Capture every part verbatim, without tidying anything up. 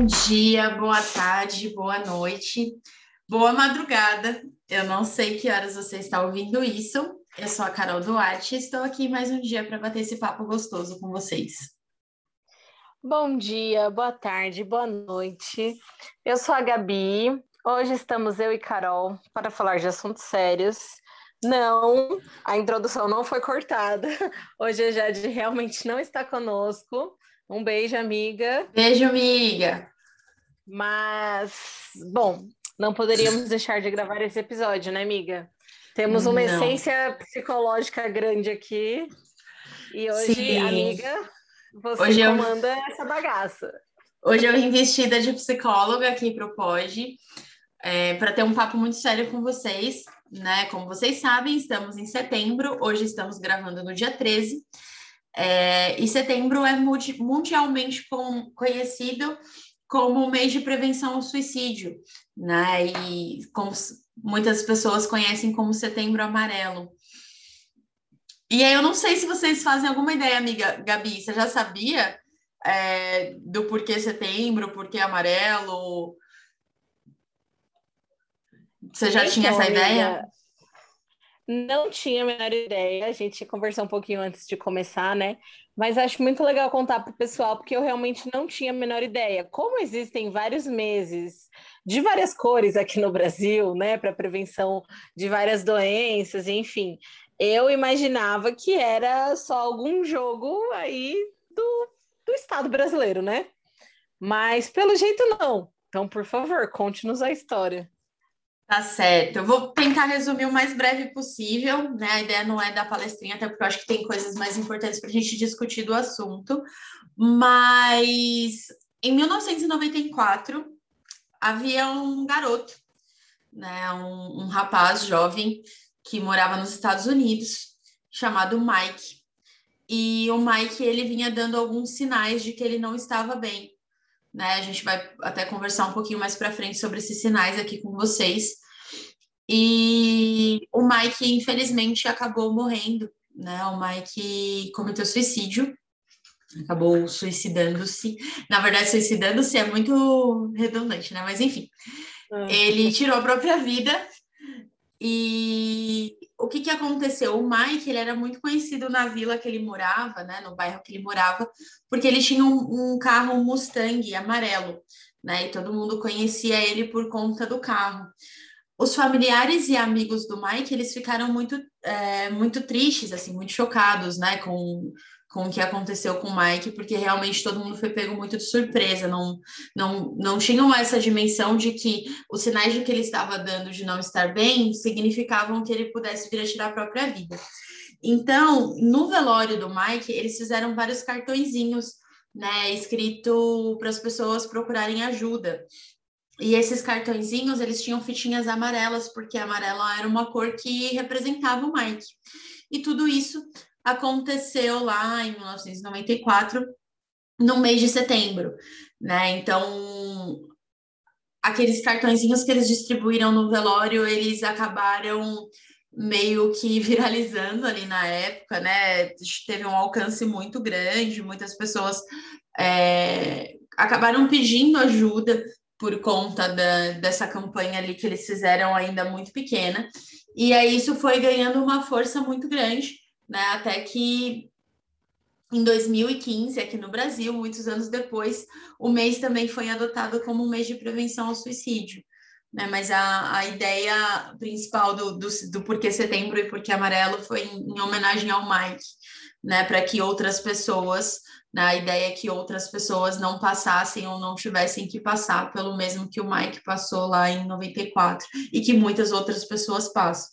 dia, boa tarde, boa noite, boa madrugada. Eu não sei que horas você está ouvindo isso. Eu sou a Carol Duarte e estou aqui mais um dia para bater esse papo gostoso com vocês. Bom dia, boa tarde, boa noite. Eu sou a Gabi. Hoje estamos eu e Carol para falar de assuntos sérios. Não, a introdução não foi cortada. Hoje a Jade realmente não está conosco. Um beijo, amiga. Beijo, amiga. Mas, bom, não poderíamos deixar de gravar esse episódio, né, amiga? Temos uma Não. essência psicológica grande aqui. E hoje, Sim. amiga, você Hoje eu... comanda essa bagaça. Hoje eu vim vestida de psicóloga aqui para o Pod, é, para ter um papo muito sério com vocês, né? Como vocês sabem, estamos em setembro, hoje estamos gravando no dia treze, é, e setembro é mundialmente com, conhecido como o mês de prevenção ao suicídio, né? E como muitas pessoas conhecem como Setembro Amarelo. E aí eu não sei se vocês fazem alguma ideia, amiga Gabi, você já sabia é, do porquê setembro, porquê amarelo? Você já Então, tinha essa amiga, ideia? não tinha a menor ideia, a gente conversou um pouquinho antes de começar, né? Mas acho muito legal contar para o pessoal, porque eu realmente não tinha a menor ideia. Como existem vários meses de várias cores aqui no Brasil, né, para prevenção de várias doenças, enfim, eu imaginava que era só algum jogo aí do, do Estado brasileiro, né? Mas pelo jeito não. Então, por favor, conte-nos a história. Tá certo. Eu vou tentar resumir o mais breve possível, né? A ideia não é dar palestrinha, até porque eu acho que tem coisas mais importantes para a gente discutir do assunto. Mas em mil novecentos e noventa e quatro havia um garoto, né? Um, um rapaz jovem que morava nos Estados Unidos, chamado Mike. E o Mike, ele vinha dando alguns sinais de que ele não estava bem, né? A gente vai até conversar um pouquinho mais para frente sobre esses sinais aqui com vocês. E o Mike, infelizmente, acabou morrendo, né? O Mike cometeu suicídio, acabou suicidando-se. Na verdade, suicidando-se é muito redundante, né? Mas enfim, ele tirou a própria vida. E o que que aconteceu? O Mike, ele era muito conhecido na vila que ele morava, né, no bairro que ele morava, porque ele tinha um, um carro Mustang amarelo, né, e todo mundo conhecia ele por conta do carro. Os familiares e amigos do Mike, eles ficaram muito, é, muito tristes, assim, muito chocados, né, com, com o que aconteceu com o Mike, porque realmente todo mundo foi pego muito de surpresa, não, não, não tinham essa dimensão de que os sinais de que ele estava dando de não estar bem significavam que ele pudesse vir a tirar a própria vida. Então, no velório do Mike, eles fizeram vários cartõezinhos, né, escrito para as pessoas procurarem ajuda. E esses cartõezinhos, eles tinham fitinhas amarelas, porque amarela era uma cor que representava o Mike. E tudo isso aconteceu lá em mil novecentos e noventa e quatro, no mês de setembro, né? Então, aqueles cartõezinhos que eles distribuíram no velório, eles acabaram meio que viralizando ali na época, né? Teve um alcance muito grande, muitas pessoas é, acabaram pedindo ajuda por conta da, dessa campanha ali que eles fizeram ainda muito pequena. E aí isso foi ganhando uma força muito grande, né? Até que em dois mil e quinze, aqui no Brasil, muitos anos depois, o mês também foi adotado como um mês de prevenção ao suicídio. Né? Mas a, a ideia principal do, do, do porquê setembro e porquê amarelo foi em, em homenagem ao Mike, né? Para que outras pessoas, né? A ideia é que outras pessoas não passassem ou não tivessem que passar pelo mesmo que o Mike passou lá em noventa e quatro e que muitas outras pessoas passam.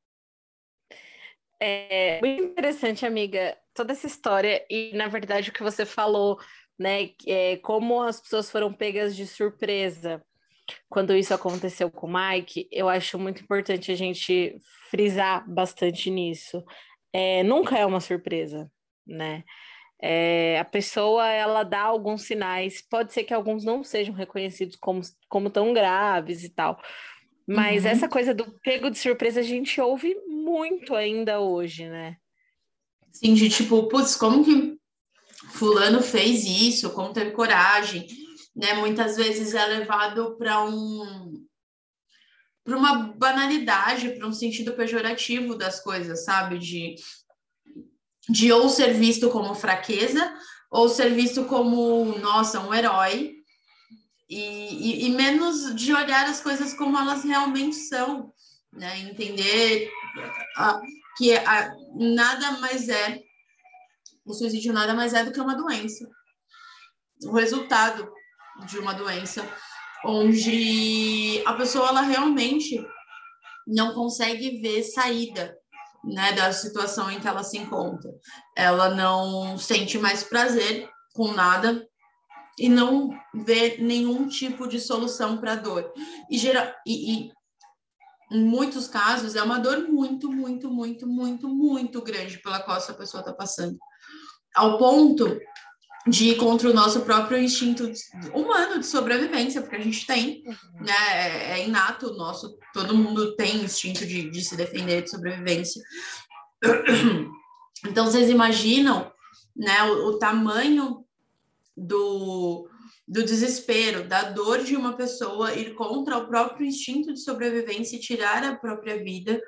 É muito interessante, amiga, toda essa história e, na verdade, o que você falou, né, é, como as pessoas foram pegas de surpresa quando isso aconteceu com o Mike, eu acho muito importante a gente frisar bastante nisso. É, nunca é uma surpresa, né? É, a pessoa, ela dá alguns sinais, pode ser que alguns não sejam reconhecidos como, como tão graves e tal, mas Uhum. essa coisa do pego de surpresa a gente ouve muito ainda hoje, né? Sim, de tipo, putz, como que fulano fez isso, como teve coragem. né? Muitas vezes é levado para um para uma banalidade, para um sentido pejorativo das coisas, sabe? De, de ou ser visto como fraqueza, ou ser visto como, nossa, um herói, e, e, e menos de olhar as coisas como elas realmente são, né? Entender a, que a, nada mais é, o suicídio nada mais é do que uma doença, o resultado de uma doença, onde a pessoa ela realmente não consegue ver saída, né, da situação em que ela se encontra. Ela não sente mais prazer com nada e não vê nenhum tipo de solução para a dor. E, geral, e, e em muitos casos é uma dor muito, muito, muito, muito, muito grande pela qual essa pessoa está passando. Ao ponto de ir contra o nosso próprio instinto humano de sobrevivência, porque a gente tem, uhum. né, é, é inato nosso, todo mundo tem instinto de, de se defender, de sobrevivência. Então, vocês imaginam, né, o, o tamanho do, do desespero, da dor de uma pessoa ir contra o próprio instinto de sobrevivência e tirar a própria vida,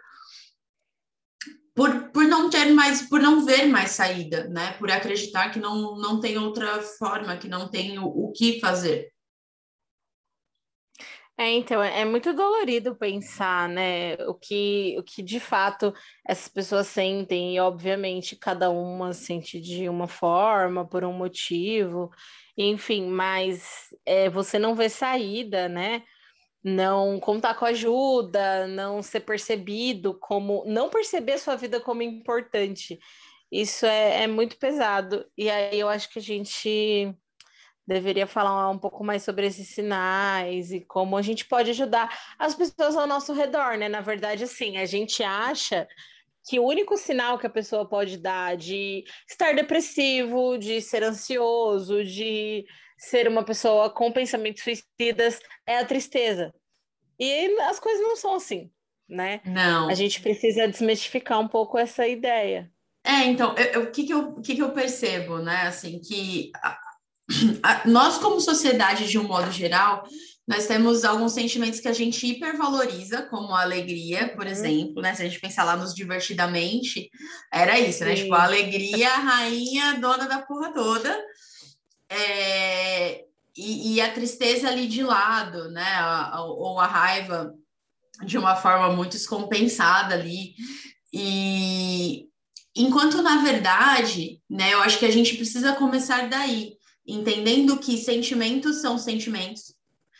Por, por não ter mais, por não ver mais saída, né? Por acreditar que não, não tem outra forma, que não tem o, o que fazer. É, então, é muito dolorido pensar, né, o que, o que de fato essas pessoas sentem, e obviamente cada uma sente de uma forma, por um motivo, enfim, mas é, você não vê saída, né? Não contar com ajuda, não ser percebido como, não perceber sua vida como importante. Isso é, é muito pesado. E aí eu acho que a gente deveria falar um pouco mais sobre esses sinais e como a gente pode ajudar as pessoas ao nosso redor, né? Na verdade, assim, a gente acha que o único sinal que a pessoa pode dar de estar depressivo, de ser ansioso, de ser uma pessoa com pensamentos suicidas é a tristeza. E as coisas não são assim, né? Não. A gente precisa desmistificar um pouco essa ideia. É, então, o que que eu, que que eu percebo, né? Assim, que a, a, nós, como sociedade, de um modo geral, nós temos alguns sentimentos que a gente hipervaloriza, como a alegria, por uhum. exemplo, né? Se a gente pensar lá nos divertidamente, era isso, né? Sim. Tipo, a alegria, a rainha, dona da porra toda. É, e, e a tristeza ali de lado, né? A, a, ou a raiva de uma forma muito descompensada ali. E enquanto, na verdade, né, eu acho que a gente precisa começar daí, entendendo que sentimentos são sentimentos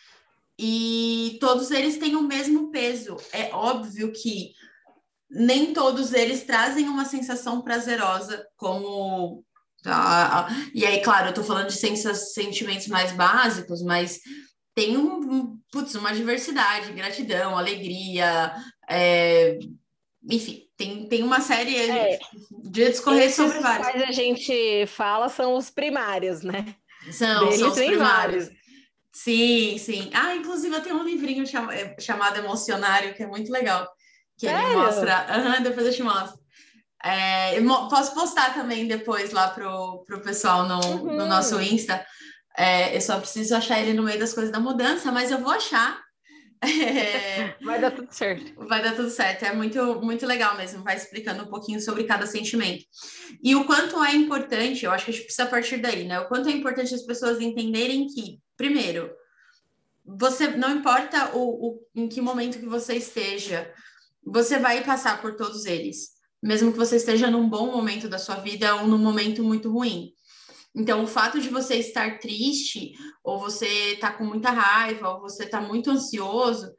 e todos eles têm o mesmo peso. É óbvio que nem todos eles trazem uma sensação prazerosa, como... Tá? E aí, claro, eu tô falando de sentimentos mais básicos, mas tem um, putz, uma diversidade, gratidão, alegria, é... enfim, tem, tem uma série é, de discorrer sobre vários. Esses quais a gente fala são os primários, né? São, Deles são os primários. Vários. Sim, sim. Ah, inclusive eu tenho um livrinho chama, chamado Emocionário, que é muito legal. Que Sério? Ele mostra... Uhum, depois eu te mostro. É, eu posso postar também depois lá pro, pro pessoal no, uhum. no nosso Insta. É, eu só preciso achar ele no meio das coisas da mudança, mas eu vou achar. É... Vai dar tudo certo. Vai dar tudo certo. É muito, muito legal mesmo. Vai explicando um pouquinho sobre cada sentimento. E o quanto é importante, eu acho que a gente precisa partir daí, né? O quanto é importante as pessoas entenderem que, primeiro, você não importa o, o, em que momento que você esteja, você vai passar por todos eles. Mesmo que você esteja num bom momento da sua vida ou num momento muito ruim. Então, o fato de você estar triste, ou você estar tá com muita raiva, ou você está muito ansioso,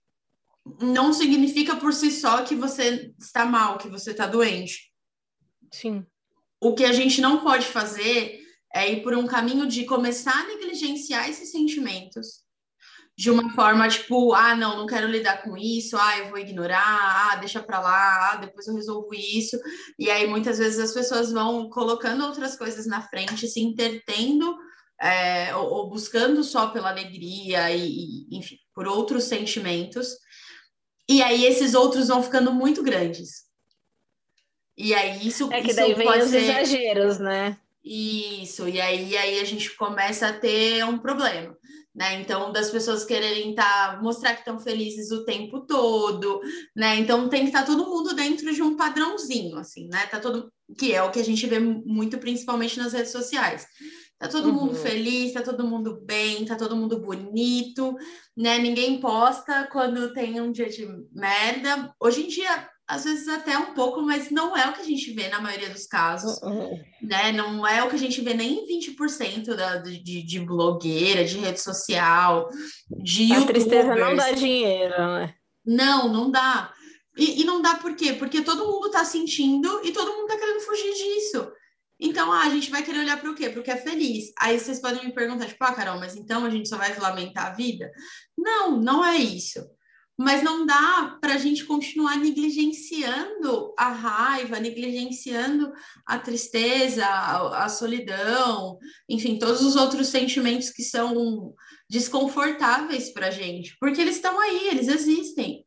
não significa por si só que você está mal, que você está doente. Sim. O que a gente não pode fazer é ir por um caminho de começar a negligenciar esses sentimentos. De uma forma, tipo, ah, não, não quero lidar com isso, ah, eu vou ignorar, ah, deixa pra lá, ah, depois eu resolvo isso. E aí, muitas vezes, as pessoas vão colocando outras coisas na frente, se entretendo, é, ou, ou buscando só pela alegria e, e, enfim, por outros sentimentos. E aí, esses outros vão ficando muito grandes. E aí, isso... É que isso daí vem pode os ser... exageros, né? Isso, e aí, aí a gente começa a ter um problema, né? Então, das pessoas quererem tá, mostrar que estão felizes o tempo todo, né? Então tem que estar todo mundo dentro de um padrãozinho, assim, né? Tá todo, que é o que a gente vê muito, principalmente nas redes sociais. Tá todo mundo Uhum. feliz, tá todo mundo bem, tá todo mundo bonito, né? Ninguém posta quando tem um dia de merda. Hoje em dia, às vezes até um pouco, mas não é o que a gente vê na maioria dos casos, Uhum. né? Não é o que a gente vê nem em vinte por cento da, de, de blogueira, de rede social, de A tristeza não youtubers. dá dinheiro, né? Não, não dá. E, e não dá por quê? Porque todo mundo tá sentindo e todo mundo tá querendo fugir disso. Então, ah, a gente vai querer olhar para o quê? Para o que é feliz. Aí vocês podem me perguntar, tipo, ah, Carol, mas então a gente só vai lamentar a vida? Não, não é isso. Mas não dá para a gente continuar negligenciando a raiva, negligenciando a tristeza, a, a solidão, enfim, todos os outros sentimentos que são desconfortáveis para a gente, porque eles estão aí, eles existem.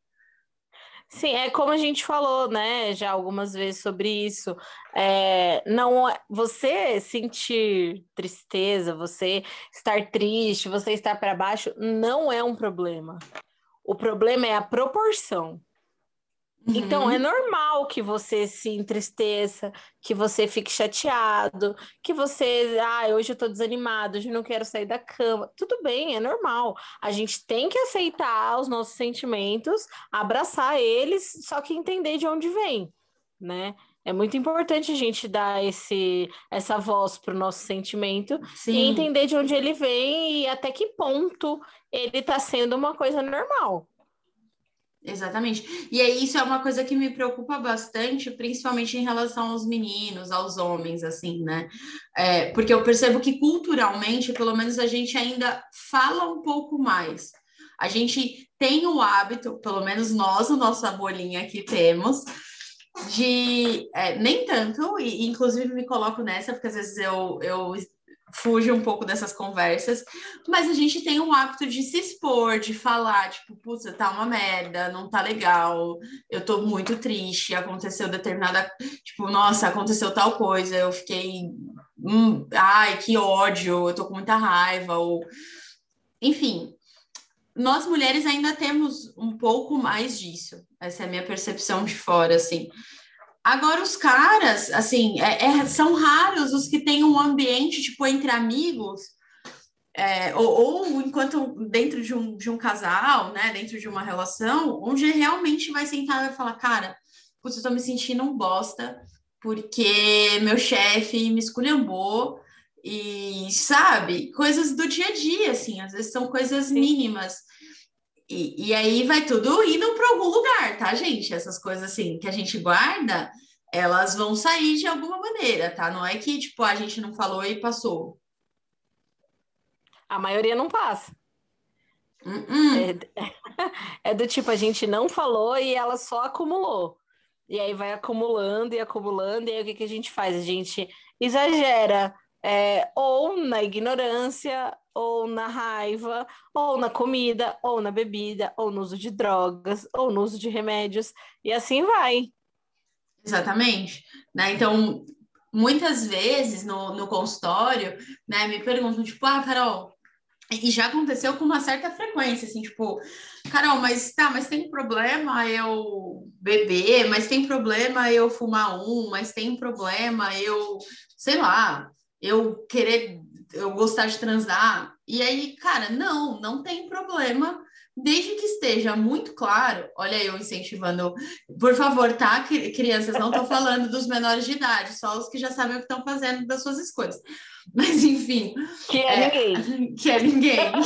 Sim, é como a gente falou, né, já algumas vezes sobre isso. É, não, é- você sentir tristeza, você estar triste, você estar para baixo, não é um problema. O problema é a proporção. Então, é Uhum. normal que você se entristeça, que você fique chateado, que você, ah, hoje eu tô desanimado, hoje eu não quero sair da cama. Tudo bem, é normal. A gente tem que aceitar os nossos sentimentos, abraçar eles, só que entender de onde vem, né? É muito importante a gente dar esse, essa voz para o nosso sentimento e Sim. entender de onde ele vem e até que ponto ele está sendo uma coisa normal. Exatamente. E aí, isso é uma coisa que me preocupa bastante, principalmente em relação aos meninos, aos homens, assim, né? É, porque eu percebo que culturalmente, pelo menos, a gente ainda fala um pouco mais. A gente tem o hábito, pelo menos nós, a nossa bolinha aqui temos, de é, nem tanto, e inclusive me coloco nessa, porque às vezes eu, eu fujo um pouco dessas conversas, mas a gente tem o hábito de se expor, de falar, tipo, putz, tá uma merda, não tá legal, eu tô muito triste, aconteceu determinada, tipo, nossa, aconteceu tal coisa, eu fiquei, hum, ai, que ódio, eu tô com muita raiva, ou, enfim, nós mulheres ainda temos um pouco mais disso, essa é a minha percepção de fora, assim. Agora, os caras, assim, é, é, são raros os que têm um ambiente, tipo, entre amigos, é, ou, ou enquanto dentro de um, de um casal, né, dentro de uma relação, onde realmente vai sentar e vai falar, cara, putz, eu tô me sentindo um bosta, porque meu chefe me esculhambou, e, sabe, coisas do dia a dia, assim, às vezes são coisas Sim. mínimas. E, e aí vai tudo indo para algum lugar, tá, gente? Essas coisas assim que a gente guarda, elas vão sair de alguma maneira, tá? Não é que, tipo, a gente não falou e passou. A maioria não passa. Uh-uh. É, é do tipo, a gente não falou e ela só acumulou. E aí vai acumulando e acumulando, e aí o que, que a gente faz? A gente exagera, é, ou na ignorância, ou na raiva, ou na comida, ou na bebida, ou no uso de drogas, ou no uso de remédios, e assim vai. Exatamente. Né? Então, muitas vezes no, no consultório, né, me perguntam, tipo, ah, Carol, e já aconteceu com uma certa frequência, assim, tipo, Carol, mas tá, mas tem problema eu beber, mas tem problema eu fumar um, mas tem problema eu, sei lá, eu querer, eu gostar de transar. E aí, cara, não, não tem problema, desde que esteja muito claro. Olha, eu incentivando, por favor, tá, crianças, não tô falando dos menores de idade, só os que já sabem o que estão fazendo das suas escolhas. Mas, enfim, Que é é, ninguém. que é ninguém.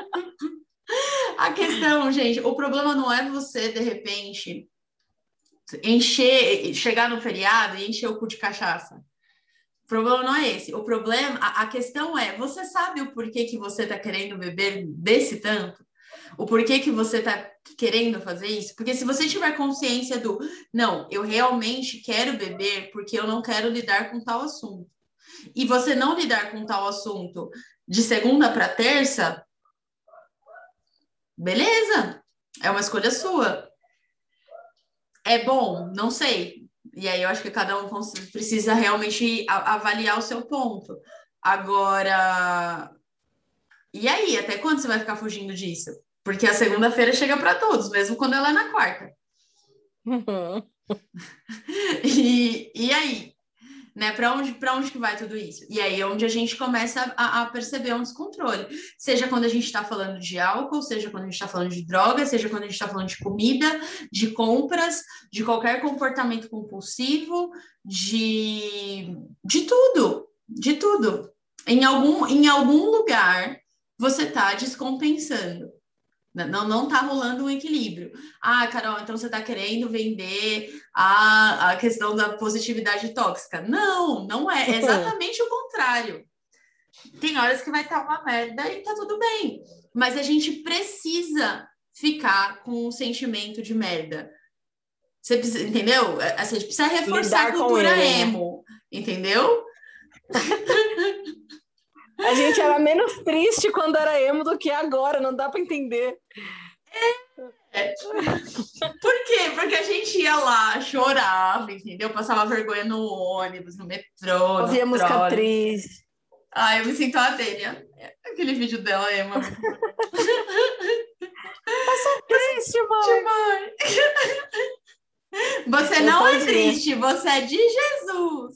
A questão, gente, o problema não é você, de repente, encher, chegar no feriado e encher o cu de cachaça. O problema não é esse. O problema, a, a questão é, você sabe o porquê que você está querendo beber desse tanto? O porquê que você está querendo fazer isso? Porque se você tiver consciência do, não, eu realmente quero beber porque eu não quero lidar com tal assunto. E você não lidar com tal assunto de segunda para terça, beleza, é uma escolha sua. É bom? Não sei. E aí eu acho que cada um cons- precisa realmente a- avaliar o seu ponto. Agora, e aí, até quando você vai ficar fugindo disso? Porque a segunda-feira chega para todos, mesmo quando ela é na quarta. E, e aí? Né? Para onde, para onde que vai tudo isso? E aí é onde a gente começa a, a perceber um descontrole. Seja quando a gente está falando de álcool, seja quando a gente está falando de droga, seja quando a gente está falando de comida, de compras, de qualquer comportamento compulsivo, de, de tudo, de tudo. Em algum, em algum lugar você está descompensando. Não, não tá rolando um equilíbrio. Ah, Carol, então você tá querendo vender a, a questão da positividade tóxica. Não, não é. É exatamente o contrário. Tem horas que vai estar uma merda e tá tudo bem. Mas a gente precisa ficar com um sentimento de merda. Você precisa, entendeu? A gente precisa reforçar Lidar a com cultura ele, né? emo, entendeu? A gente era menos triste quando era emo do que agora, não dá para entender. É. Por quê? Porque a gente ia lá, chorava, entendeu? Passava vergonha no ônibus, no metrô, Ouvia no música trólebus. triste. Ai, eu me sinto a Adênia. Aquele vídeo dela é uma muito Eu sou triste, mãe. mãe. Você Eu não é todinha. triste, você é de Jesus.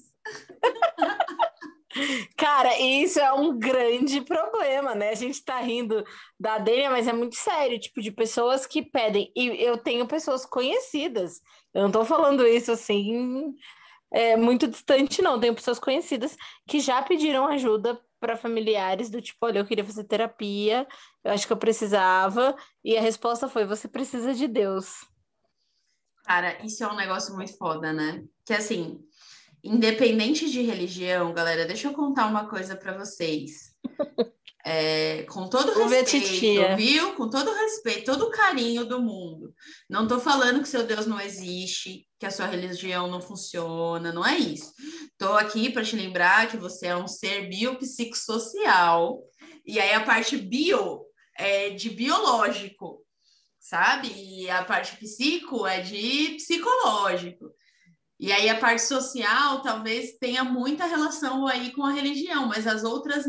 Cara, isso é um grande problema, né? A gente tá rindo da Dênia, mas é muito sério, tipo, de pessoas que pedem. E eu tenho pessoas conhecidas. Eu não tô falando isso assim, é, muito distante, não. Tenho pessoas conhecidas que já pediram ajuda para familiares do tipo, olha, eu queria fazer terapia, eu acho que eu precisava, e a resposta foi: você precisa de Deus. Cara, isso é um negócio muito foda, né? Que assim, independente de religião, galera, deixa eu contar uma coisa pra vocês. É, com todo Ouve a respeito, titia. viu? Com todo respeito, todo o carinho do mundo. Não tô falando que seu Deus não existe, que a sua religião não funciona, não é isso. Tô aqui para te lembrar que você é um ser biopsicossocial. E aí a parte bio é de biológico, sabe? E a parte psico é de psicológico. E aí a parte social talvez tenha muita relação aí com a religião, mas as outras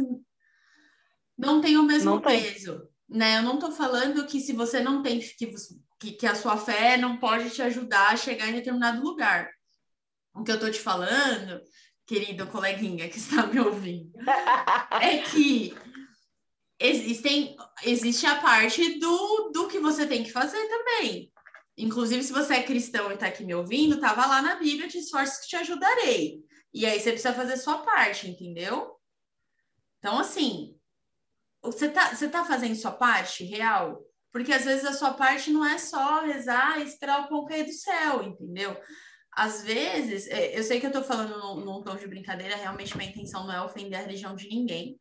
não tem o Não mesmo tem. peso, né? Eu não estou falando que se você não tem, que, que, que a sua fé não pode te ajudar a chegar em determinado lugar. O que eu estou te falando, querido coleguinha que está me ouvindo, é que existem, existe a parte do, do que você tem que fazer também. Inclusive, se você é cristão e está aqui me ouvindo, estava lá na Bíblia, te esforço que te ajudarei. E aí você precisa fazer sua parte, entendeu? Então, assim, você tá, você tá fazendo sua parte real? Porque às vezes a sua parte não é só rezar e esperar o pão cair do céu, entendeu? Às vezes, é, eu sei que eu tô falando num, num tom de brincadeira, realmente minha intenção não é ofender a religião de ninguém.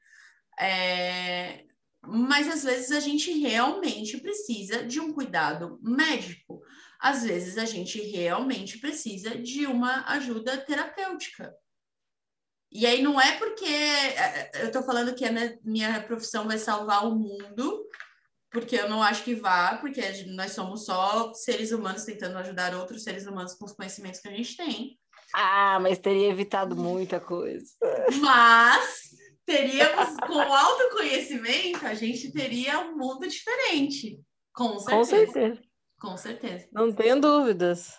É, mas às vezes a gente realmente precisa de um cuidado médico. Às vezes a gente realmente precisa de uma ajuda terapêutica. E aí não é porque eu estou falando que a minha profissão vai salvar o mundo, porque eu não acho que vá, porque nós somos só seres humanos tentando ajudar outros seres humanos com os conhecimentos que a gente tem. Ah, mas teria evitado muita coisa. Mas teríamos, com autoconhecimento, a gente teria um mundo diferente. Com Com certeza. certeza. Com certeza. Não tenho dúvidas.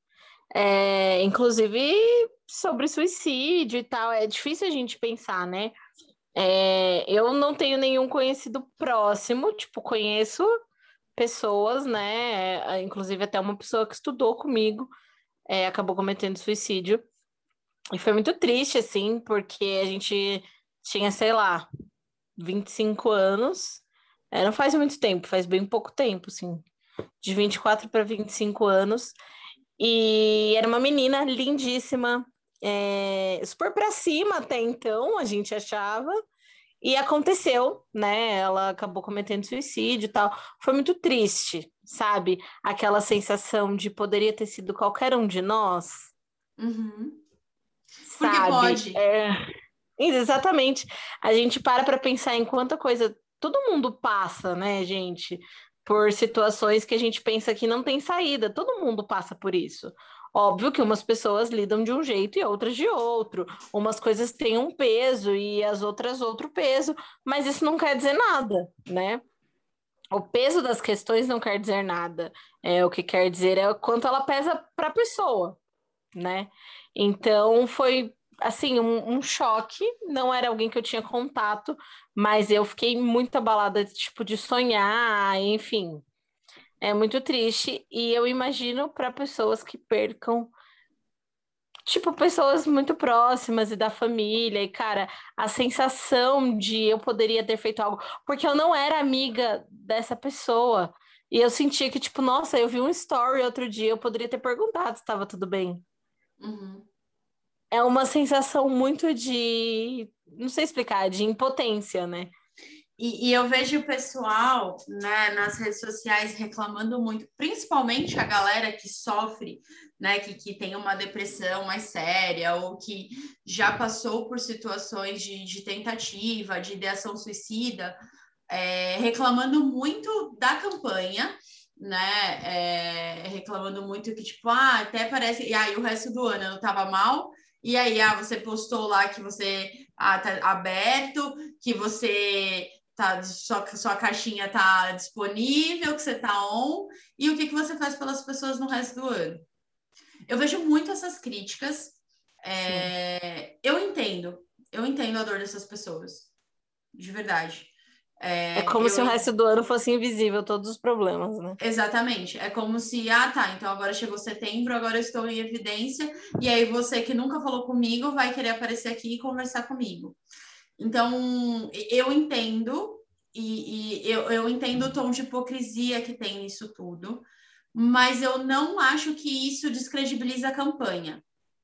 É, inclusive sobre suicídio e tal, é difícil a gente pensar, né? É, eu não tenho nenhum conhecido próximo, tipo, conheço pessoas, né? É, inclusive até uma pessoa que estudou comigo, é, acabou cometendo suicídio. E foi muito triste, assim, porque a gente tinha, sei lá, vinte e cinco anos. É, não faz muito tempo, faz bem pouco tempo, assim, de vinte e quatro para vinte e cinco anos. E era uma menina lindíssima, é, super pra cima até então, a gente achava. E aconteceu, né? Ela acabou cometendo suicídio e tal. Foi muito triste, sabe? Aquela sensação de poderia ter sido qualquer um de nós, Uhum. Porque sabe? pode. É, exatamente. A gente para para pensar em quanta coisa todo mundo passa, né, gente? Por situações que a gente pensa que não tem saída. Todo mundo passa por isso. Óbvio que umas pessoas lidam de um jeito e outras de outro. Umas coisas têm um peso e as outras outro peso, mas isso não quer dizer nada, né? O peso das questões não quer dizer nada. É, o que quer dizer é o quanto ela pesa para a pessoa, né? Então foi assim um, um choque. Não era alguém que eu tinha contato, mas eu fiquei muito abalada, tipo, de sonhar, enfim. É muito triste e eu imagino para pessoas que percam, tipo, pessoas muito próximas e da família, e cara, a sensação de eu poderia ter feito algo, porque eu não era amiga dessa pessoa. E eu sentia que, tipo, nossa, eu vi um story outro dia, eu poderia ter perguntado se estava tudo bem. Uhum. É uma sensação muito de, não sei explicar, de impotência, né? E, e eu vejo o pessoal, né, nas redes sociais reclamando muito, principalmente a galera que sofre, né, que, que tem uma depressão mais séria ou que já passou por situações de, de tentativa, de ideação suicida, é, reclamando muito da campanha, né, é, reclamando muito que, tipo, ah, até parece, e aí o resto do ano eu não tava mal, e aí, ah, você postou lá que você ah, tá aberto, que você tá, sua, sua caixinha tá disponível, que você tá on, e o que, que você faz pelas pessoas no resto do ano. Eu vejo muito essas críticas. Sim. É, eu entendo, eu entendo a dor dessas pessoas, de verdade. É É, como eu se o resto do ano fosse invisível, todos os problemas, né? Exatamente. É como se, ah, tá, então agora chegou setembro, agora eu estou em evidência, e aí você que nunca falou comigo vai querer aparecer aqui e conversar comigo. Então, eu entendo, e, e eu, eu entendo o tom de hipocrisia que tem nisso tudo, mas eu não acho que isso descredibiliza a campanha.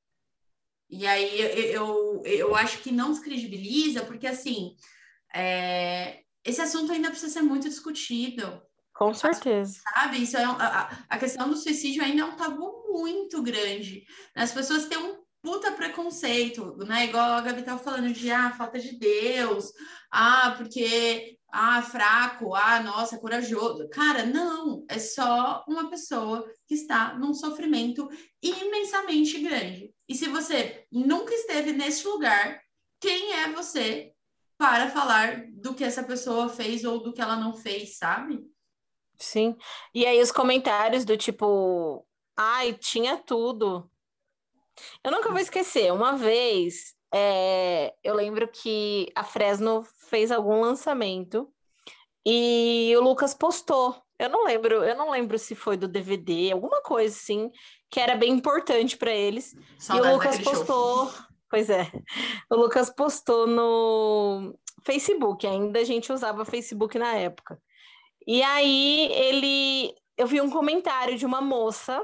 E aí eu, eu, eu acho que não descredibiliza, porque assim, é, esse assunto ainda precisa ser muito discutido. Com certeza. Sabe? Isso é um- a, a questão do suicídio ainda é um tabu muito grande. As pessoas têm um puta preconceito, né? Igual a Gabi tava falando de ah, falta de Deus, ah, porque ah, fraco, ah, nossa, corajoso. Cara, não, é só uma pessoa que está num sofrimento imensamente grande. E se você nunca esteve nesse lugar, quem é você para falar do que essa pessoa fez ou do que ela não fez, sabe? Sim. E aí os comentários do tipo, ai, tinha tudo. Eu nunca vou esquecer, uma vez, é, eu lembro que a Fresno fez algum lançamento e o Lucas postou. Eu não lembro, eu não lembro se foi do D V D, alguma coisa assim, que era bem importante para eles. E o Saudade Lucas daquele show. postou, pois é, o Lucas postou no Facebook, ainda a gente usava Facebook na época. E aí ele, eu vi um comentário de uma moça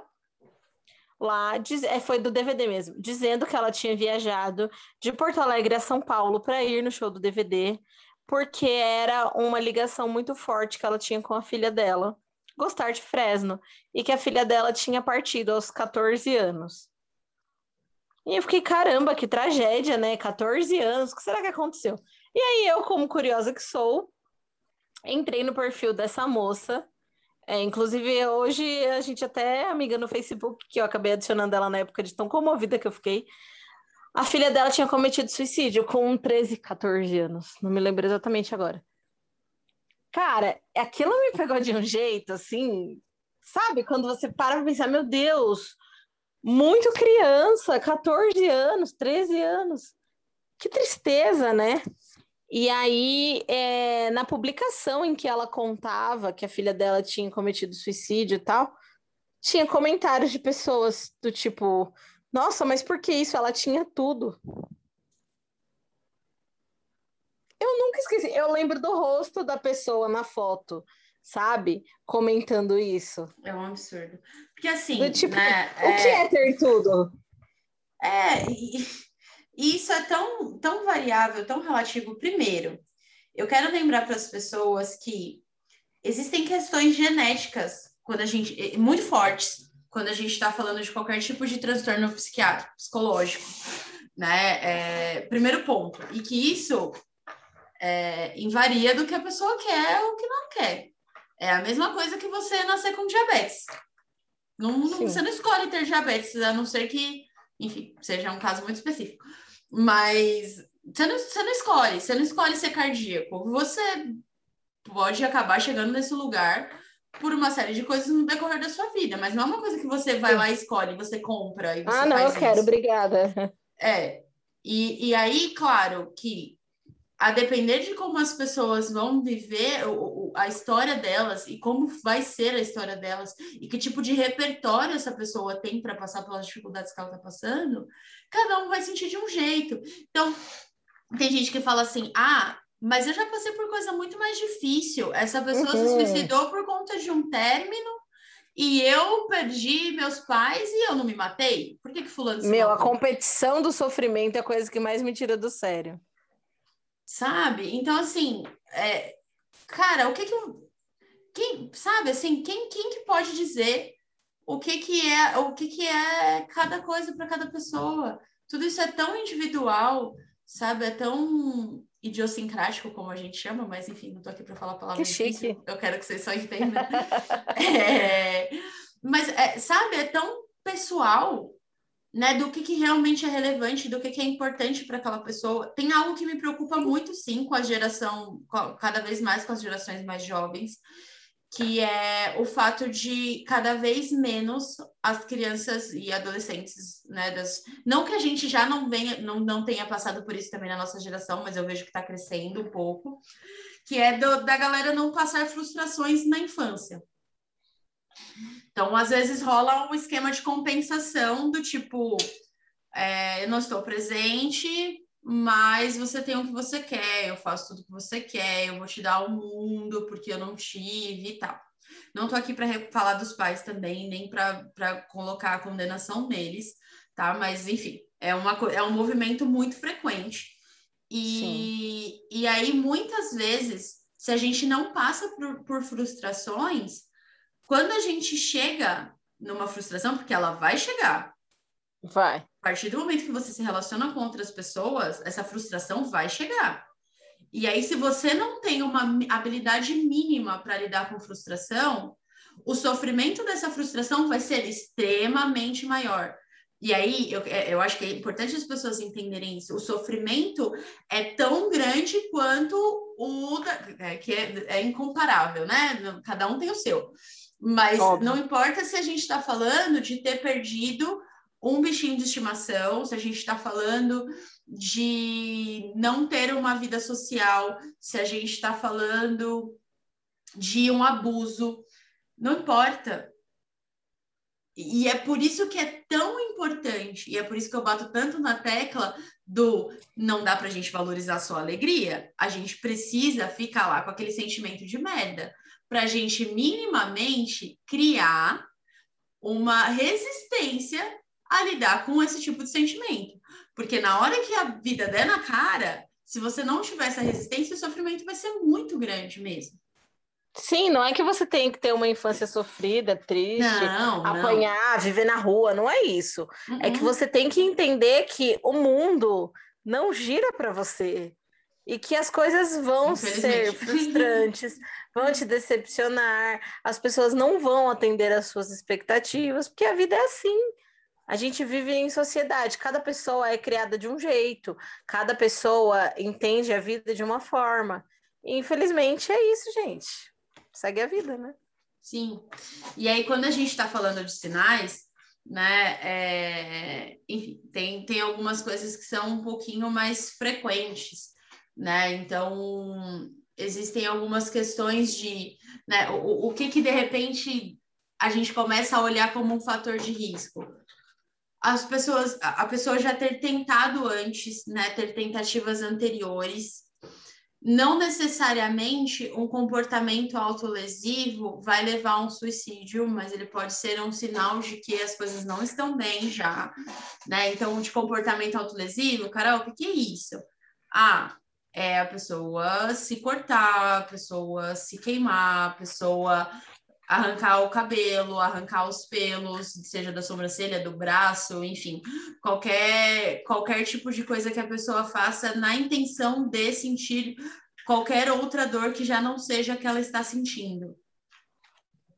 lá, diz, é, foi do D V D mesmo, dizendo que ela tinha viajado de Porto Alegre a São Paulo para ir no show do D V D, porque era uma ligação muito forte que ela tinha com a filha dela, gostar de Fresno, e que a filha dela tinha partido aos catorze anos. E eu fiquei, caramba, que tragédia, né? catorze anos, o que será que aconteceu? E aí eu, como curiosa que sou, entrei no perfil dessa moça. É, inclusive, hoje a gente até é amiga no Facebook, que eu acabei adicionando ela na época de tão comovida que eu fiquei. A filha dela tinha cometido suicídio com treze, catorze anos. Não me lembro exatamente agora. Cara, aquilo me pegou de um jeito, assim, sabe? Quando você para pra pensar, meu Deus, muito criança, catorze anos, treze anos. Que tristeza, né? E aí, é, na publicação em que ela contava que a filha dela tinha cometido suicídio e tal, tinha comentários de pessoas do tipo, nossa, mas por que isso? Ela tinha tudo. Eu nunca esqueci. Eu lembro do rosto da pessoa na foto, sabe? Comentando isso. É um absurdo. Porque Do assim, tipo, né? o que é É, ter tudo? é, e, e isso é tão, tão variável, tão relativo. Primeiro, eu quero lembrar para as pessoas que existem questões genéticas quando a gente, muito fortes, quando a gente está falando de qualquer tipo de transtorno psiquiátrico, psicológico, né? É, primeiro ponto. E que isso é, invaria do que a pessoa quer ou que não quer. É a mesma coisa que você nascer com diabetes. Não, não, Sim. você não escolhe ter diabetes, a não ser que, enfim, seja um caso muito específico. Mas você não, você não escolhe, você não escolhe ser cardíaco. Você pode acabar chegando nesse lugar por uma série de coisas no decorrer da sua vida, mas não é uma coisa que você vai Sim. lá e escolhe, você compra e Ah, você não, eu faz quero, isso. obrigada. É. E, e aí, claro, que a depender de como as pessoas vão viver o, o, a história delas e como vai ser a história delas e que tipo de repertório essa pessoa tem para passar pelas dificuldades que ela está passando, cada um vai sentir de um jeito. Então, tem gente que fala assim, ah, mas eu já passei por coisa muito mais difícil. Essa pessoa se Uhum. suicidou por conta de um término e eu perdi meus pais e eu não me matei. Por que que fulano se Meu, a matou? competição do sofrimento é a coisa que mais me tira do sério. Sabe? Então, assim, é, cara, o que que... Quem, sabe, assim, quem, quem que pode dizer o que que é, o que que é cada coisa para cada pessoa? Tudo isso é tão individual, sabe? É tão idiosincrático, como a gente chama, mas enfim, não tô aqui para falar Que palavra chique. difícil, eu quero que vocês só entendam. É, mas, é, sabe, é tão pessoal, né, do que, que realmente é relevante, do que, que é importante para aquela pessoa. Tem algo que me preocupa muito, sim, com a geração, com- cada vez mais com as gerações mais jovens, que é o fato de cada vez menos as crianças e adolescentes, né, das... não que a gente já não venha, não, não tenha passado por isso também na nossa geração, mas eu vejo que está crescendo um pouco, que é do, da galera não passar frustrações na infância. Então, às vezes rola um esquema de compensação do tipo, é, eu não estou presente, mas você tem o que você quer, eu faço tudo o que você quer, eu vou te dar o mundo porque eu não tive e tal. Não tô aqui para falar dos pais também, nem para colocar a condenação neles, tá? Mas, enfim, é, uma, é um movimento muito frequente. Sim. E, e aí, muitas vezes, se a gente não passa por, por frustrações, quando a gente chega numa frustração, porque ela vai chegar, Vai. a partir do momento que você se relaciona com outras pessoas, essa frustração vai chegar. E aí, se você não tem uma habilidade mínima para lidar com frustração, o sofrimento dessa frustração vai ser extremamente maior. E aí, eu, eu acho que é importante as pessoas entenderem isso. O sofrimento é tão grande quanto o da, é, que é, é incomparável, né? Cada um tem o seu. Mas não Óbvio. importa se a gente está falando de ter perdido um bichinho de estimação, se a gente está falando de não ter uma vida social, se a gente está falando de um abuso, não importa. E é por isso que é tão importante, e é por isso que eu bato tanto na tecla do não dá pra gente valorizar só a alegria, a gente precisa ficar lá com aquele sentimento de merda, pra gente minimamente criar uma resistência a lidar com esse tipo de sentimento. Porque na hora que a vida der na cara, se você não tiver essa resistência, o sofrimento vai ser muito grande mesmo. Sim, não é que você tem que ter uma infância sofrida, triste, Não, não. apanhar, viver na rua, não é isso. Uh É que -uh. você tem que entender que o mundo não gira para você e que as coisas vão ser Infelizmente. frustrantes, vão te decepcionar, as pessoas não vão atender às suas expectativas, porque a vida é assim. A gente vive em sociedade, cada pessoa é criada de um jeito, cada pessoa entende a vida de uma forma. E, infelizmente é isso, gente. Segue a vida, né? Sim. E aí, quando a gente está falando de sinais, né, é... enfim, tem, tem algumas coisas que são um pouquinho mais frequentes, né? Então, existem algumas questões de, né, o, o que que de repente a gente começa a olhar como um fator de risco. As pessoas, a pessoa já ter tentado antes, né, ter tentativas anteriores, não necessariamente um comportamento autolesivo vai levar a um suicídio, mas ele pode ser um sinal de que as coisas não estão bem já, né? Então, de comportamento autolesivo, Carol, o que, que é isso? Ah, é a pessoa se cortar, a pessoa se queimar, a pessoa arrancar o cabelo, arrancar os pelos, seja da sobrancelha, do braço, enfim, qualquer, qualquer tipo de coisa que a pessoa faça na intenção de sentir qualquer outra dor que já não seja a que ela está sentindo.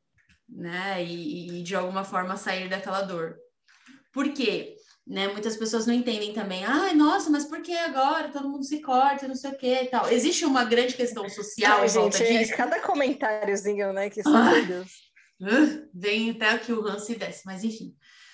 né? E, e de alguma forma sair daquela dor. Por quê? Né? Muitas pessoas não entendem também. Ai, nossa, mas por que agora? Todo mundo se corta, não sei o que e tal. Existe uma grande questão social Ai, em volta gente, é disso? cada comentáriozinho, né? Que só por Ai, Deus. vem até aqui o ranço e desce, mas enfim.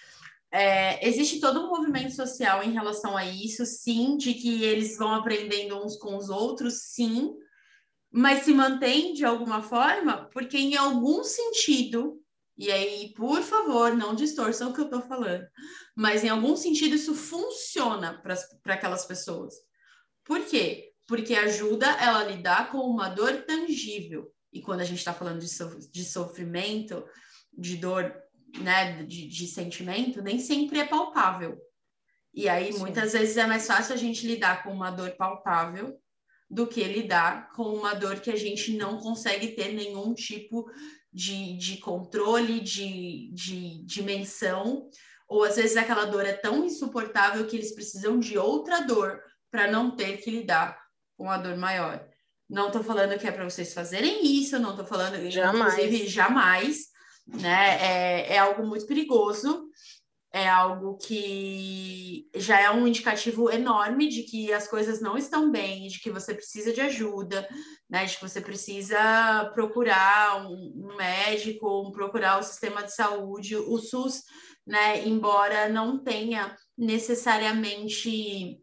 É, existe todo um movimento social em relação a isso, sim, de que eles vão aprendendo uns com os outros, sim, mas se mantém de alguma forma, porque em algum sentido, e aí, por favor, não distorçam o que eu estou falando, mas em algum sentido isso funciona para aquelas pessoas. Por quê? Porque ajuda ela a lidar com uma dor tangível. E quando a gente está falando de, so de sofrimento, de dor, né, de, de sentimento, nem sempre é palpável. E aí, Sim. muitas vezes é mais fácil a gente lidar com uma dor palpável do que lidar com uma dor que a gente não consegue ter nenhum tipo de, de controle, de, de dimensão, ou às vezes aquela dor é tão insuportável que eles precisam de outra dor para não ter que lidar com a dor maior. Não estou falando que é para vocês fazerem isso, não estou falando, jamais. inclusive, jamais, né? É, é algo muito perigoso. É algo que já é um indicativo enorme de que as coisas não estão bem, de que você precisa de ajuda, né? De que você precisa procurar um, um médico, procurar o sistema de saúde. O SUS, né, embora não tenha necessariamente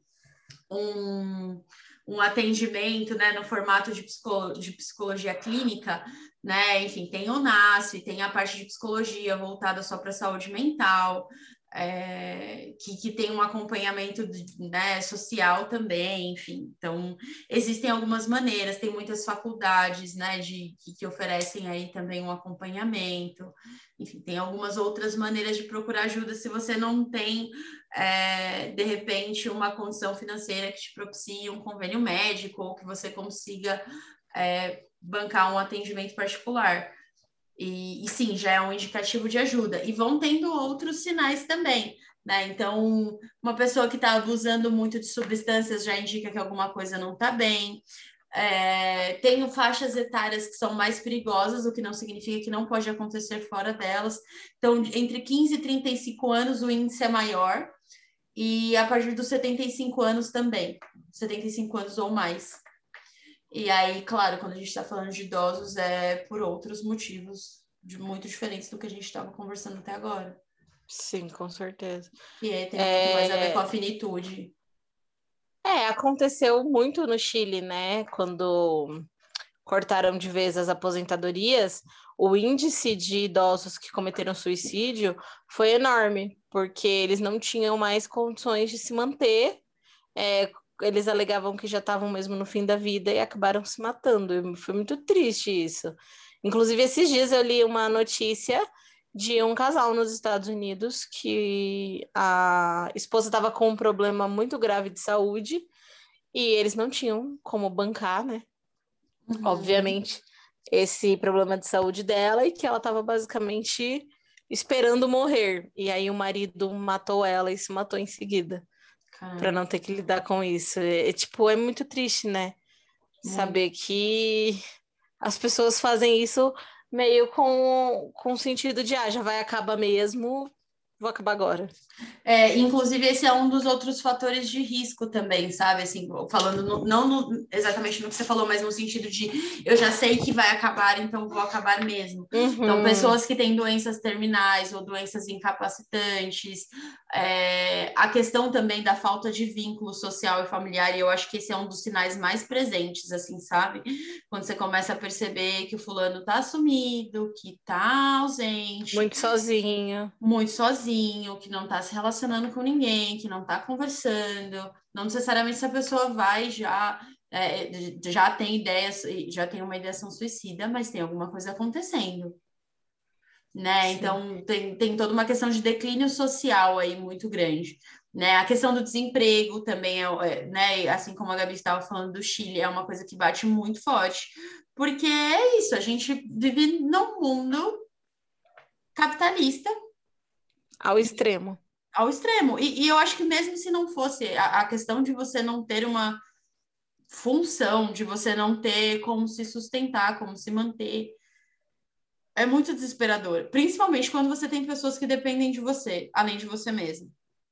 um, um atendimento, né, no formato de, psicolo, de psicologia clínica, né? Enfim, tem o NASF, tem a parte de psicologia voltada só para a saúde mental, é, que, que tem um acompanhamento, né, social também, enfim. Então, existem algumas maneiras, tem muitas faculdades, né, de, que, que oferecem aí também um acompanhamento. Enfim, tem algumas outras maneiras de procurar ajuda se você não tem, é, de repente, uma condição financeira que te propicie um convênio médico ou que você consiga é, bancar um atendimento particular. E, e sim, já é um indicativo de ajuda. E vão tendo outros sinais também, né? Então, uma pessoa que está abusando muito de substâncias já indica que alguma coisa não está bem. É, tenho faixas etárias que são mais perigosas, o que não significa que não pode acontecer fora delas. Então, entre quinze e trinta e cinco anos, o índice é maior. E a partir dos setenta e cinco anos também. setenta e cinco anos ou mais. E aí, claro, quando a gente está falando de idosos, é por outros motivos de muito diferentes do que a gente estava conversando até agora. Sim, com certeza. E aí tem é... muito mais a ver com a finitude. É, aconteceu muito no Chile, né? Quando cortaram de vez as aposentadorias, o índice de idosos que cometeram suicídio foi enorme, porque eles não tinham mais condições de se manter. É, eles alegavam que já estavam mesmo no fim da vida e acabaram se matando. Foi muito triste isso. Inclusive, esses dias eu li uma notícia de um casal nos Estados Unidos que a esposa estava com um problema muito grave de saúde e eles não tinham como bancar, né? Uhum. Obviamente, esse problema de saúde dela e que ela estava basicamente esperando morrer. E aí o marido matou ela e se matou em seguida. Para não ter que lidar com isso. É, é, tipo, é muito triste, né? Muito. Saber que as pessoas fazem isso meio com, com o sentido de, ah, já vai acabar mesmo, vou acabar agora. É, inclusive, esse é um dos outros fatores de risco também, sabe? Assim, falando no, não no, exatamente no que você falou, mas no sentido de eu já sei que vai acabar, então vou acabar mesmo. Uhum. Então, pessoas que têm doenças terminais ou doenças incapacitantes, é, a questão também da falta de vínculo social e familiar, e eu acho que esse é um dos sinais mais presentes, assim, sabe? Quando você começa a perceber que o fulano tá sumido, que tá ausente. Muito sozinho. Muito sozinho, que não está se relacionando com ninguém, que não está conversando. Não necessariamente essa pessoa vai já, é, já tem ideias, já tem uma ideação suicida, mas tem alguma coisa acontecendo. Né? Então, tem, tem toda uma questão de declínio social aí muito grande. Né? A questão do desemprego também, é, né? Assim como a Gabi estava falando do Chile, é uma coisa que bate muito forte. Porque é isso, a gente vive num mundo capitalista, ao extremo. Ao extremo. E, e eu acho que mesmo se não fosse a, a questão de você não ter uma função, de você não ter como se sustentar, como se manter, É muito desesperador, principalmente quando você tem pessoas que dependem de você, além de você mesmo.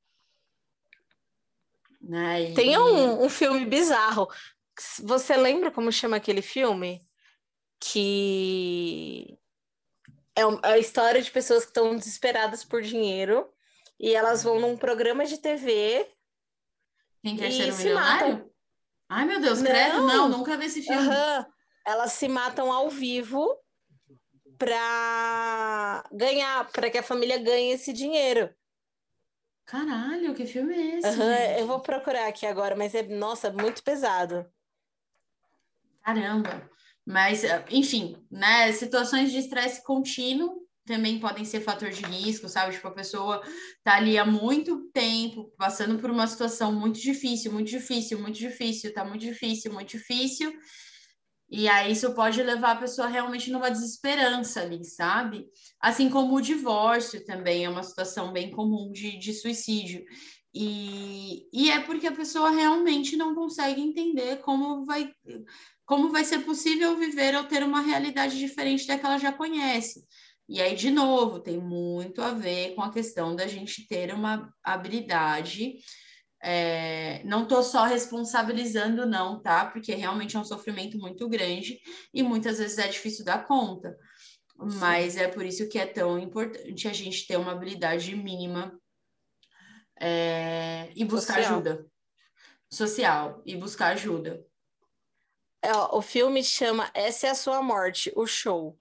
Né? Tem E... um, um filme bizarro. Você lembra como chama aquele filme? Que é a história de pessoas que estão desesperadas por dinheiro e elas vão num programa de T V Quem quer ser e um se matam. milionário? Ai, meu Deus, credo, não, Não! nunca vi esse filme. Uhum. Elas se matam ao vivo para ganhar, para que a família ganhe esse dinheiro. Caralho, que filme é esse, Uhum. gente? Eu vou procurar aqui agora, mas é, nossa, muito pesado. Caramba. Mas, enfim, né? Situações de estresse contínuo também podem ser fator de risco, sabe? Tipo, a pessoa tá ali há muito tempo passando por uma situação muito difícil, muito difícil, muito difícil, tá muito difícil, muito difícil. E aí isso pode levar a pessoa realmente numa desesperança ali, sabe? Assim como o divórcio também é uma situação bem comum de, de suicídio. E, e é porque a pessoa realmente não consegue entender como vai, como vai ser possível viver ou ter uma realidade diferente da que ela já conhece. E aí, de novo, tem muito a ver com a questão da gente ter uma habilidade. É, não estou só responsabilizando, não, tá? Porque realmente é um sofrimento muito grande e muitas vezes é difícil dar conta. Mas Sim. É por isso que é tão importante a gente ter uma habilidade mínima é, e buscar Social. ajuda social e buscar ajuda. É, ó, o filme chama Essa é a Sua Morte, o show.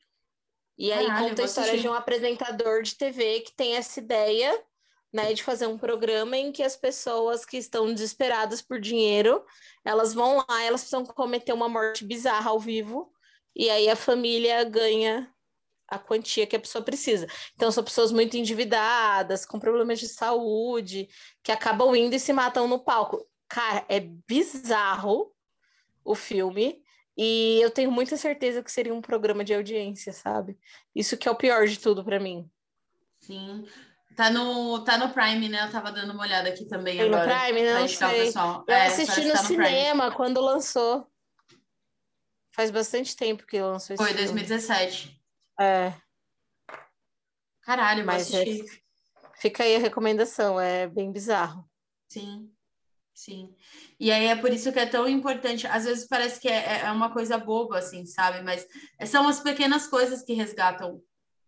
E aí Caralho, eu conta a vou história de um assistir. apresentador de T V que tem essa ideia, né, de fazer um programa em que as pessoas que estão desesperadas por dinheiro, elas vão lá, elas precisam cometer uma morte bizarra ao vivo, e aí a família ganha a quantia que a pessoa precisa. Então são pessoas muito endividadas, com problemas de saúde, que acabam indo e se matam no palco. Cara, é bizarro o filme. E eu tenho muita certeza que seria um programa de audiência, sabe? Isso que é o pior de tudo para mim. Sim. Tá no, tá no Prime, né? Eu tava dando uma olhada aqui também Tem no agora, Prime? pra Não indicar o sei. pessoal. Eu É, assisti parece que no tá no Prime. cinema quando lançou. Faz bastante tempo que lançou esse Foi filme. dois mil e dezessete. É, Caralho, eu vou mas é, assistir. fica aí a recomendação, é bem bizarro. Sim. Sim. E aí é por isso que é tão importante. Às vezes parece que é, é uma coisa boba, assim, sabe? Mas são as pequenas coisas que resgatam,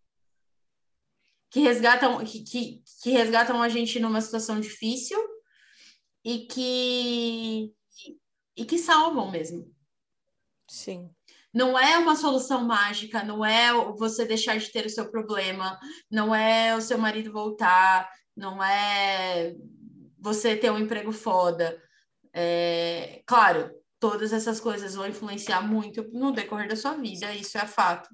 que resgatam, que, que, que resgatam a gente numa situação difícil e que e que salvam mesmo. Sim. Não é uma solução mágica, não é você deixar de ter o seu problema, não é o seu marido voltar, não é você ter um emprego foda. É, claro, todas essas coisas vão influenciar muito no decorrer da sua vida, isso é fato.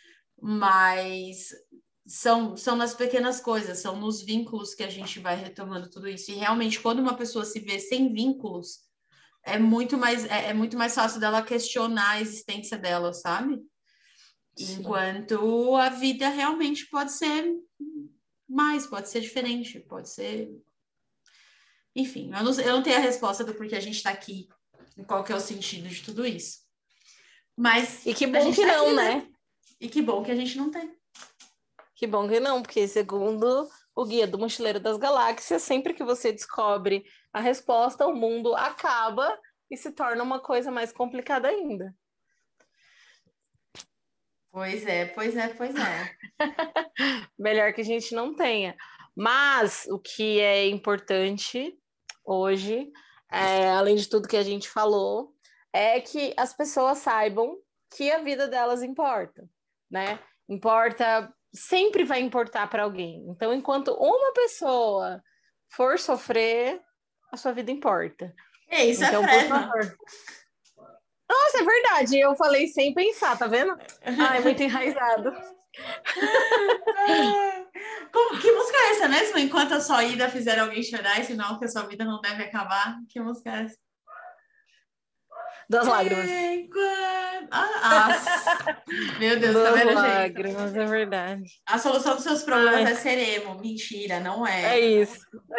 Mas são, são nas pequenas coisas, são nos vínculos que a gente vai retomando tudo isso. E realmente, quando uma pessoa se vê sem vínculos, é muito mais, é, é muito mais fácil dela questionar a existência dela, sabe? Sim. Enquanto a vida realmente pode ser mais, pode ser diferente, pode ser. Enfim, eu não, eu não tenho a resposta do porquê a gente está aqui, qual que é o sentido de tudo isso. Mas E que a bom gente que tá não, aqui, né? né? E que bom que a gente não tem. Que bom que não, porque segundo o Guia do Mochileiro das Galáxias, sempre que você descobre a resposta, o mundo acaba e se torna uma coisa mais complicada ainda. Pois é, pois é, pois é. Melhor que a gente não tenha. Mas o que é importante hoje, é, além de tudo que a gente falou, é que as pessoas saibam que a vida delas importa, né? Importa, sempre vai importar para alguém. Então, enquanto uma pessoa for sofrer, a sua vida importa. É, isso é Então, por Fresno. favor. Nossa, é verdade. Eu falei sem pensar, tá vendo? Ai, muito enraizado. Como, que música é essa mesmo? Enquanto a sua ida fizer alguém chorar, é sinal que a sua vida não deve acabar. Que música é essa? Das lágrimas. Enquanto... Ah, ah, meu Deus, tá Das vendo, gente? lágrimas, é verdade. A solução dos seus problemas Ai, é ser emo. Mentira, não é é. isso.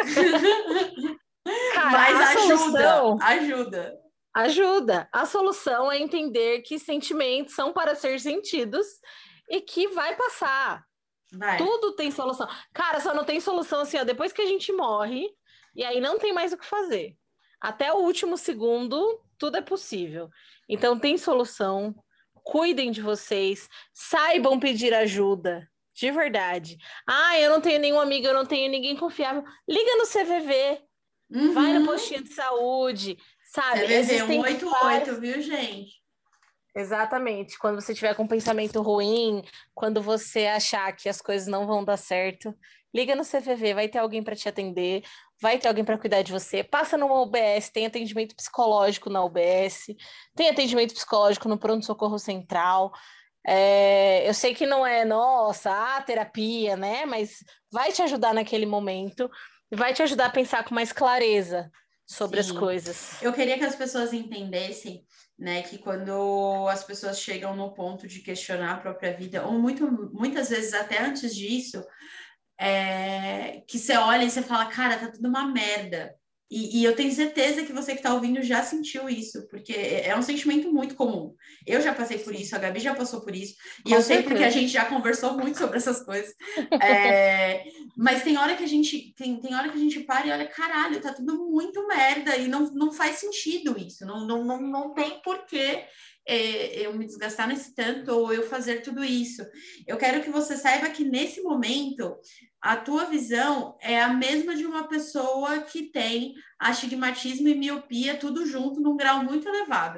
Cara, Mas a ajuda, solução ajuda. ajuda. A solução é entender que sentimentos são para ser sentidos e que vai passar. Vai. Tudo tem solução. Cara, só não tem solução assim, ó, depois que a gente morre, e aí não tem mais o que fazer. Até o último segundo, tudo é possível. Então tem solução. Cuidem de vocês, saibam pedir ajuda, de verdade. Ah, eu não tenho nenhum amigo, eu não tenho ninguém confiável. Liga no C V V, Uhum. vai no postinho de saúde, sabe? C V V Existem um oito oito, vários... viu, gente? Exatamente. Quando você tiver com um pensamento ruim, quando você achar que as coisas não vão dar certo, liga no C V V, vai ter alguém para te atender, vai ter alguém para cuidar de você. Passa numa U B S, tem atendimento psicológico na U B S, tem atendimento psicológico no pronto-socorro central. É, eu sei que não é, nossa, a terapia, né? Mas vai te ajudar naquele momento, vai te ajudar a pensar com mais clareza sobre Sim. as coisas. Eu queria que as pessoas entendessem, né, que quando as pessoas chegam no ponto de questionar a própria vida, ou muito, muitas vezes até antes disso, é, que você olha e você fala, cara, tá tudo uma merda. E, e eu tenho certeza que você que está ouvindo já sentiu isso, porque é um sentimento muito comum. Eu já passei por isso, a Gabi já passou por isso, e Com eu certeza. sei porque a gente já conversou muito sobre essas coisas. É, mas tem hora que a gente tem, tem hora que a gente para e olha, caralho, tá tudo muito merda, e não, não faz sentido isso, não, não, não, não tem porquê é, eu me desgastar nesse tanto ou eu fazer tudo isso. Eu quero que você saiba que nesse momento a tua visão é a mesma de uma pessoa que tem astigmatismo e miopia tudo junto num grau muito elevado.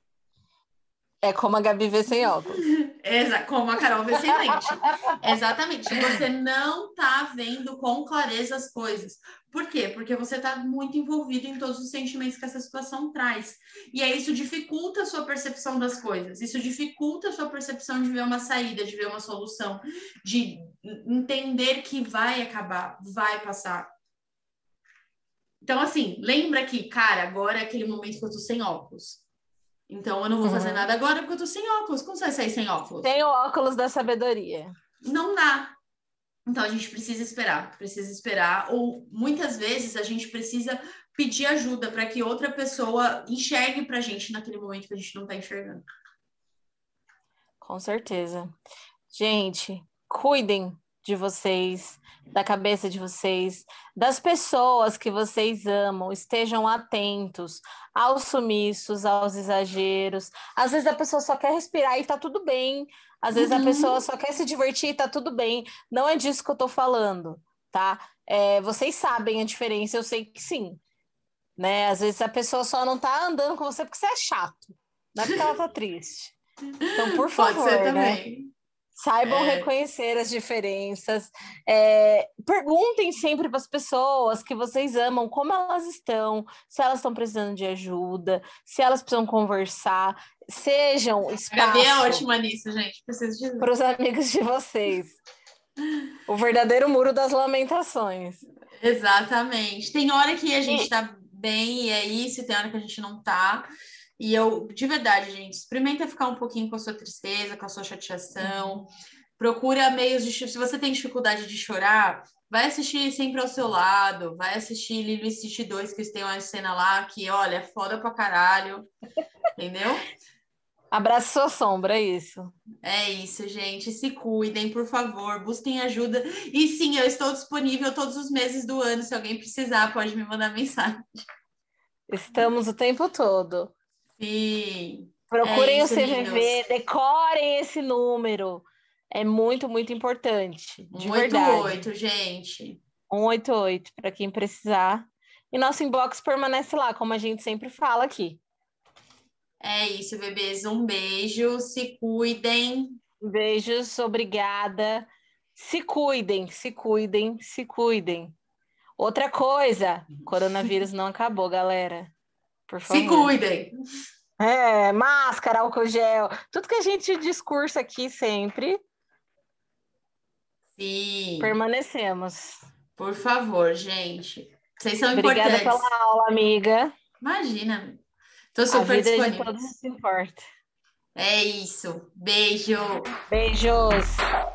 É como a Gabi vê sem óculos. Exa como a Carol vê sem lente. Exatamente. Você não tá vendo com clareza as coisas. Por quê? Porque você tá muito envolvido em todos os sentimentos que essa situação traz. E aí isso dificulta a sua percepção das coisas. Isso dificulta a sua percepção de ver uma saída, de ver uma solução, de entender que vai acabar, vai passar. Então, assim, lembra que, cara, agora é aquele momento que eu tô sem óculos. Então, eu não vou fazer uhum. nada agora porque eu tô sem óculos. Como você vai sair sem óculos? Tem o óculos da sabedoria. Não dá. Então, a gente precisa esperar. Precisa esperar. Ou, muitas vezes, a gente precisa pedir ajuda para que outra pessoa enxergue pra gente naquele momento que a gente não tá enxergando. Com certeza. Gente, cuidem de vocês, da cabeça de vocês, das pessoas que vocês amam, estejam atentos aos sumiços, aos exageros. Às vezes a pessoa só quer respirar e tá tudo bem. Às vezes uhum. a pessoa só quer se divertir e tá tudo bem. Não é disso que eu tô falando, tá? É, vocês sabem a diferença, eu sei que sim. Né? Às vezes a pessoa só não tá andando com você porque você é chato, não é porque ela tá triste. Então, por favor, Pode ser né? também. Saibam é... reconhecer as diferenças. É, perguntem sempre para as pessoas que vocês amam como elas estão, se elas estão precisando de ajuda, se elas precisam conversar. Sejam espaço. A Gabi é ótima nisso, gente. Preciso dizer. Para os amigos de vocês. O verdadeiro muro das lamentações. Exatamente. Tem hora que a gente está bem e é isso, tem hora que a gente não tá. E eu, de verdade, gente, experimenta ficar um pouquinho com a sua tristeza, com a sua chateação. Uhum. Procura meios de... Se você tem dificuldade de chorar, vai assistir Sempre ao Seu Lado, vai assistir Lilo e Stitch dois, que eles têm uma cena lá que, olha, é foda pra caralho. Entendeu? Abraça sua sombra, é isso. É isso, gente. Se cuidem, por favor. Busquem ajuda. E sim, eu estou disponível todos os meses do ano. Se alguém precisar, pode me mandar mensagem. Estamos o tempo todo. Sim. Procurem é isso, o C V V, lindos. Decorem esse número. É muito, muito importante. De um oito oito, verdade. gente. um oito oito, para quem precisar. E nosso inbox permanece lá, como a gente sempre fala aqui. É isso, bebês. Um beijo. Se cuidem. Beijos, obrigada. Se cuidem, se cuidem, se cuidem. Outra coisa, coronavírus não acabou, galera. Por favor. Se cuidem. É, máscara, álcool gel, tudo que a gente discursa aqui sempre. Sim. Permanecemos. Por favor, gente. Vocês são Obrigada importantes. Obrigada pela aula, amiga. Imagina. Tô super a vida disponível. De todos se importa. É isso. Beijo. Beijos.